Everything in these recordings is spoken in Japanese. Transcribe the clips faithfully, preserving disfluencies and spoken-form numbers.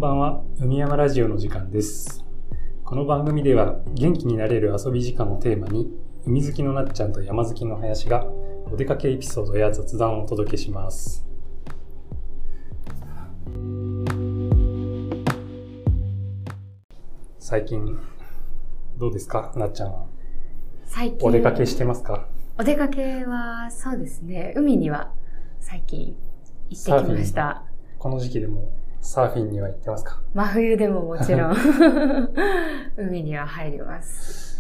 ばんは、海山ラジオの時間です。この番組では元気になれる遊び時間をテーマに、海好きのなっちゃんと山好きの林がお出かけエピソードや雑談をお届けします。最近どうですか、なっちゃんは。 最近お出かけしてますか？ お出かけはそうですね、海には最近行ってきました。 この時期でもサーフィンには行ってますか？ 真冬でももちろん海には入ります。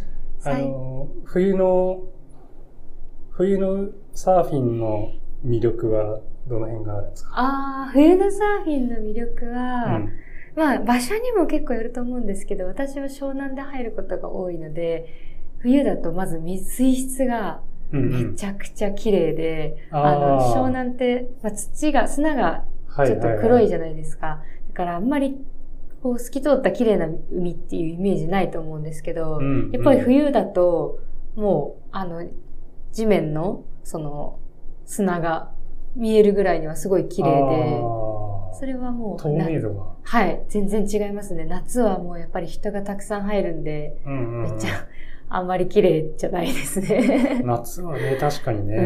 あの冬の冬のサーフィンの魅力はどの辺があるんですか？ ああ、冬のサーフィンの魅力は、うん、まあ場所にも結構よると思うんですけど、私は湘南で入ることが多いので、冬だとまず水質がめちゃくちゃ綺麗で、うんうん、あの湘南って、まあ、土が砂がちょっと黒いじゃないですか。はいはいはい、だからあんまりこう透き通った綺麗な海っていうイメージないと思うんですけど、うんうん、やっぱり冬だともうあの地面のその砂が見えるぐらいにはすごい綺麗で、それはもう透明度がはい全然違いますね。夏はもうやっぱり人がたくさん入るんで、うんうんうん、めっちゃあんまり綺麗じゃないですね。 夏はね、確かにね。 うん、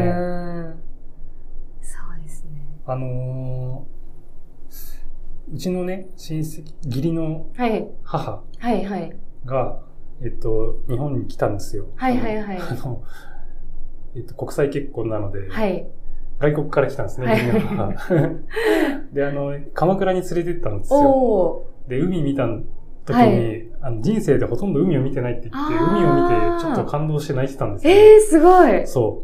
そうですね。 あのー。うちのね、親戚、義理の母が、はいはいはい、えっと、日本に来たんですよ。 はいはいはい。 あの、えっと、国際結婚なので、 はい、 外国から来たんですね、義理の母。で、あの、鎌倉に連れて行ったんですよ。で、海見た時に、はい、あの人生でほとんど海を見てないって言って、海を見てちょっと感動して泣いてたんですよ、ね。 えー、すごい。 そう。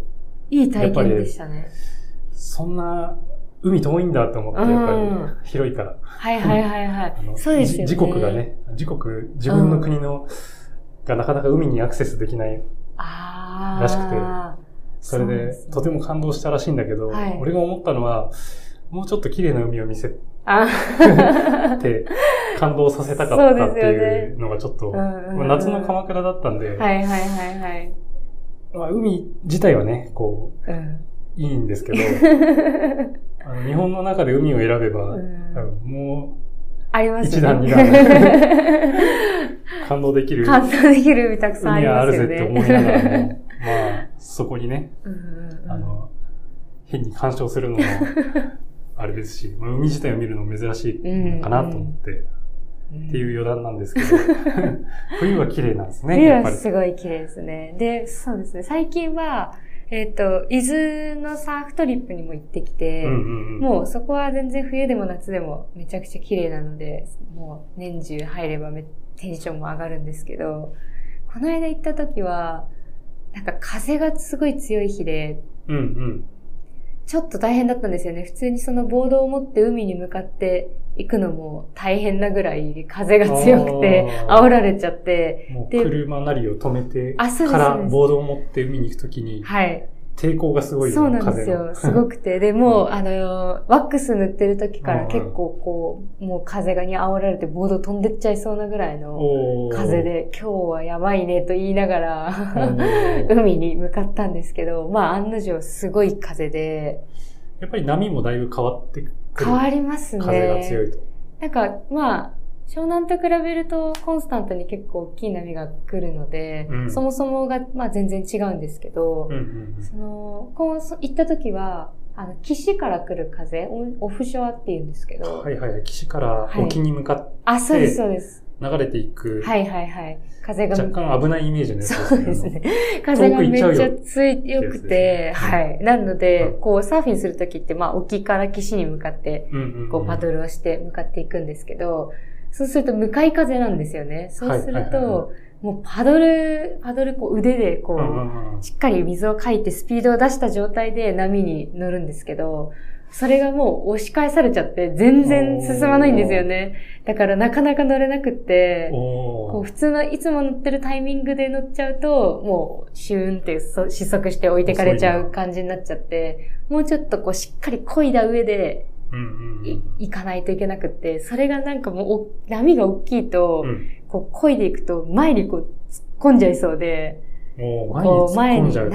いい体験でしたね。 そんな、海遠いんだと思って、やっぱり広いから。 はいはいはいはい。そうですよね。 自国がね、自国、自分の国の、がなかなか海にアクセスできないらしくて、それでとても感動したらしいんだけど、はい、俺が思ったのは、もうちょっと綺麗な海を見せて、感動させたかったっていうのがちょっと、ね、夏の鎌倉だったんで、 はいはいはいはい。 まあ、海自体はね、こう、うんいいんですけど、あの日本の中で海を選べば、うん、多分もう、 ありますね。 一段二段、感動できる。 感動できる海たくさんありますよね。 海はあるぜって思いながらも、まあ、そこにね、うんうんうん、あの、変に干渉するのも、あれですし、まあ、海自体を見るの珍しいかなと思って、うんうん、っていう余談なんですけど、冬は綺麗なんですね。 冬はすごい綺麗ですね。で、そうですね、最近は、えっと、伊豆のサーフトリップにも行ってきて、うんうんうん、もうそこは全然冬でも夏でもめちゃくちゃ綺麗なので、もう年中入ればめテンションも上がるんですけど、この間行った時は、なんか風がすごい強い日で、うんうん、ちょっと大変だったんですよね。普通にそのボードを持って海に向かって行くのも大変なぐらい風が強くて煽られちゃって。 もう車なりを止めてからボードを持って海に行くときに。はい。抵抗がすごい、ね、 そうなんですよ。すごくて。で、もう、あの、ワックス塗ってる時から結構こう、もう風がに煽られてボード飛んでっちゃいそうなぐらいの風で、今日はやばいねと言いながら海に向かったんですけど、まあ案の定すごい風で。 やっぱり波もだいぶ変わってくる。 変わりますね。 風が強いと。 なんか、まあ、湘南と比べるとコンスタントに結構大きい波が来るので、うん、そもそもがまあ全然違うんですけど、うんうんうん、その、こう行った時は、あの、岸から来る風、オフショアって言うんですけど。 はいはいはい、岸から沖に向かって、はい、 あ、そうですそうです。 流れていく。 はいはいはい。風が。 若干危ないイメージのやつですね。そうですね。風がめっちゃ強くて、はい。なので、うん、こうサーフィンするときって、まあ沖から岸に向かって、こうパドルをして向かっていくんですけど、そうすると向かい風なんですよね。そうすると、もうパドル、パドルこう腕でこう、しっかり水をかいてスピードを出した状態で波に乗るんですけど、それがもう押し返されちゃって全然進まないんですよね。だからなかなか乗れなくって、こう普通のいつも乗ってるタイミングで乗っちゃうと、もうシューンって失速して置いてかれちゃう感じになっちゃって、もうちょっとこうしっかり漕いだ上で、うんうんうん、行かないといけなくって、それがなんかもう波が大きいと、うん、こう漕いでいくと前にこう突っ込んじゃいそうで、 こう前に突っ込んじゃうとな、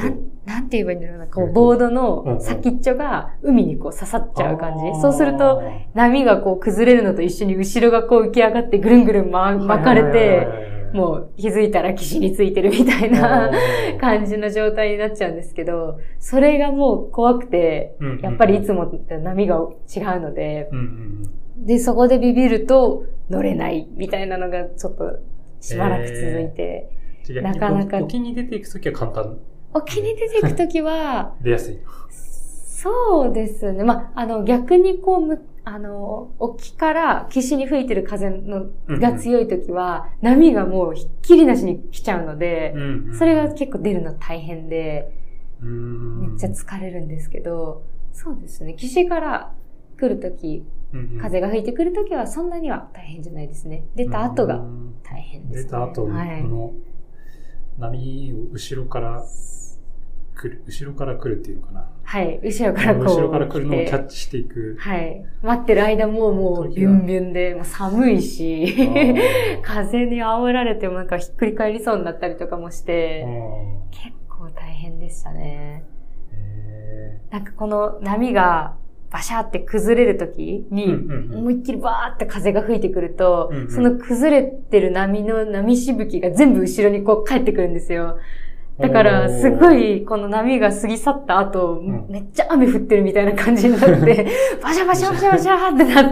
なんて言えばいいんだろうな、こう、ボードの先っちょが海にこう刺さっちゃう感じ。うんうん、そうすると、波がこう崩れるのと一緒に後ろがこう浮き上がってぐるんぐるん巻かれて、もう気づいたら岸についてるみたいな感じの状態になっちゃうんですけど、それがもう怖くて、やっぱりいつもと波が違うので、で、そこでビビると乗れないみたいなのがちょっとしばらく続いて、 えー、なかなか。沖に出ていくときは簡単。 沖に出ていくときは、 出やすい。 そうですね。まあ、あの、逆にこう、むあの、沖から岸に吹いてる風のが強いときは、うんうん、波がもうひっきりなしに来ちゃうので、うんうん、それが結構出るの大変で、うんめっちゃ疲れるんですけど、そうですね。岸から来るとき、うんうん、風が吹いてくるときはそんなには大変じゃないですね。出た後が大変ですね。 出た後の、はい、波を後ろから来る、後ろから来るっていうのかな。 はい。後ろからこう。 後ろから来るのをキャッチしていく。 はい。待ってる間ももうビュンビュンで、もう寒いし、風に煽られてもなんかひっくり返りそうになったりとかもして、結構大変でしたね。へー。なんかこの波がバシャーって崩れるときに、思いっきりバーって風が吹いてくると、うんうん、その崩れてる波の波しぶきが全部後ろにこう帰ってくるんですよ。だから、すごい、この波が過ぎ去った後、うん、めっちゃ雨降ってるみたいな感じになって、バシャバシャバシャバシャーってなって、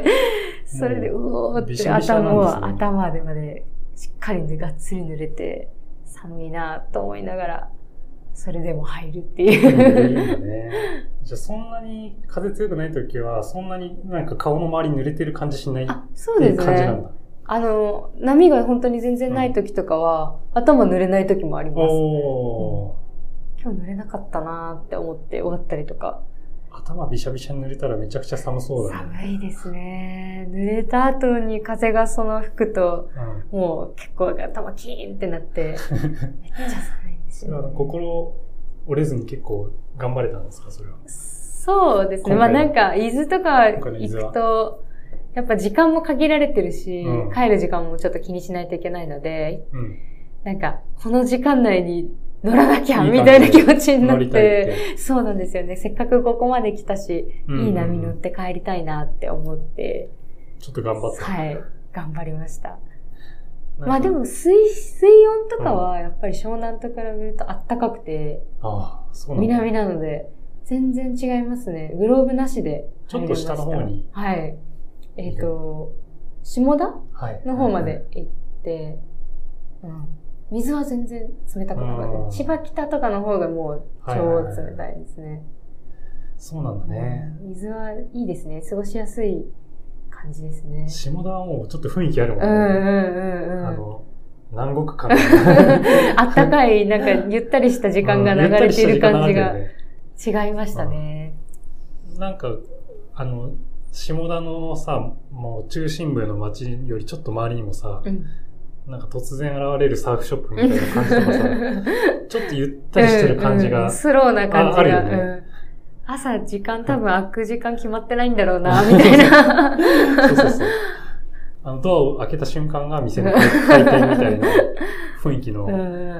それで、うおーって頭を、ね、頭でまでしっかりがっつり濡れて、寒いなと思いながら、それでも入るっていう。いいよね。じゃあそんなに風強くないときは、そんなになんか顔の周り濡れてる感じしないっていう感じなんだ。 あの、波が本当に全然ない時とかは、うん、頭濡れない時もあります。おー、うん、今日濡れなかったなーって思って終わったりとか。 頭びしゃびしゃに濡れたらめちゃくちゃ寒そうだね。 寒いですね。濡れた後に風がその吹くと、うん、もう結構頭キーンってなって、めっちゃ寒いですよ、ね。 心折れずに結構頑張れたんですか、それは。 そうですね。まあなんか、伊豆とか行くと、やっぱ時間も限られてるし、うん、帰る時間もちょっと気にしないといけないので、うん、なんか、この時間内に乗らなきゃ、みたいな気持ちになって、そうなんですよね。せっかくここまで来たし、うんうん、いい波乗って帰りたいなって思って、 ちょっと頑張った。 はい、頑張りました。まあでも水、水温とかはやっぱり湘南と比べると暖かくて、うん、ああ、そうなんだ。南なので、全然違いますね。グローブなしで入りました。 ちょっと下の方に。 はい。えっ、ー、と、下田の方まで行って、はいうん、水は全然冷たくなかった。千葉北とかの方がもう超冷たいですね。はいはいはい、 そうなんだね、 うん。水はいいですね。過ごしやすい感じですね。 下田はもうちょっと雰囲気あるもんね。 うんうんうんうん。あの、 南国感あったかい、なんかゆったりした時間が流れている感じが違いましたね。 うん、なんか、あの、下田のさ、もう中心部の街よりちょっと周りにもさ、うん、なんか突然現れるサーフショップみたいな感じとかさ、ちょっとゆったりしてる感じが、うんうん、 スローな感じが、あるよね、うん、朝時間多分開く時間決まってないんだろうな、みたいな。そうそうそう。 あの、ドアを開けた瞬間が店の開店みたいな雰囲気の、 うん、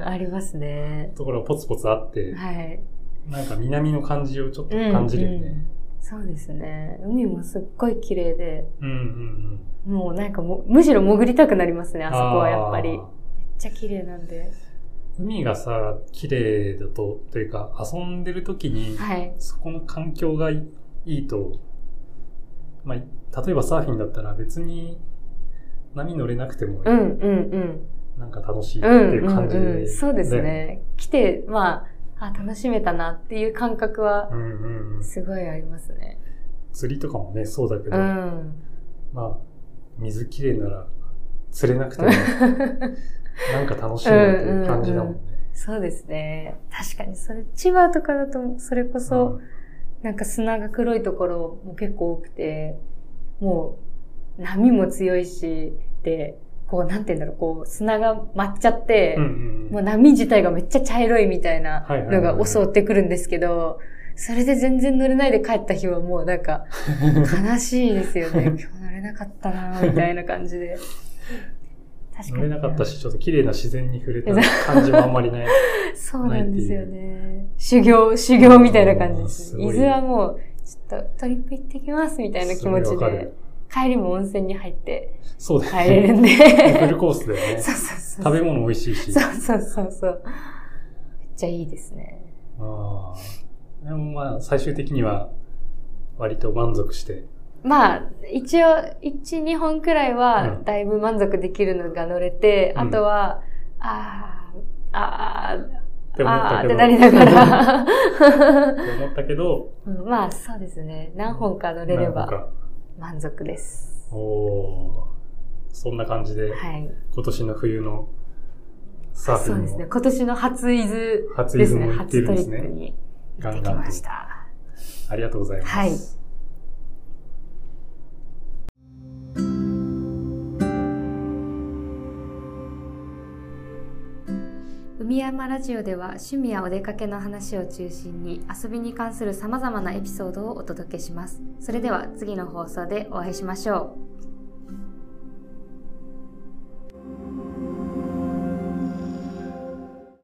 ありますね。 ところがポツポツあって、はい、なんか南の感じをちょっと感じるよね。うんうんそうですね。海もすっごい綺麗で、うんうんうん、もうなんかもむしろ潜りたくなりますね、あそこはやっぱり。めっちゃ綺麗なんで。 海がさ、綺麗だと、というか遊んでる時に、はい、そこの環境がいいと、まあ、例えばサーフィンだったら別に波乗れなくても、うんうんうん、なんか楽しいっていう感じで、うんうんうん。 そうですね。来て、まあ、あ、楽しめたなっていう感覚は、すごいありますね、 うんうん。釣りとかもね、そうだけど、うん、まあ、水きれいなら釣れなくても、なんか楽しむっていう感じだもんね、うんうんうん。 そうですね。確かに、それ、千葉とかだと、それこそ、なんか砂が黒いところも結構多くて、もう、波も強いし、で、こう、なんて言うんだろう、こう、砂が舞っちゃって、うんうん、もう波自体がめっちゃ茶色いみたいなのが襲ってくるんですけど、それで全然乗れないで帰った日はもうなんか、悲しいですよね。今日乗れなかったなみたいな感じで。 確かに。 乗れなかったし、ちょっと綺麗な自然に触れた感じもあんまりない。 そうなんですよね。修行、修行みたいな感じです。伊豆はもう、ちょっとトリップ行ってきますみたいな気持ちで、帰りも温泉に入って、 そうですね。 入れるんで。 フルコースでね。 そうそうそう。 食べ物美味しいし。 そうそうそうそう。めっちゃいいですね。 ああ。でもまあ、最終的には、割と満足して。 まあ、一応、いち、にほんくらいは、だいぶ満足できるのが乗れて、うん、あとは、ああ、ああ、 って思ったけど。 ってなりながら。 って思ったけど、 うん、まあ、そうですね。何本か乗れれば、満足です。 おー。そんな感じで、はい、今年の冬のサーフィンそうですね。今年の初伊豆ですね。 初伊豆も行ってるんですね。 初トリップに行ってきました。 ありがとうございます。はい。 海山ラジオでは趣味やお出かけの話を中心に遊びに関する様々なエピソードをお届けします。それでは次の放送でお会いしましょう。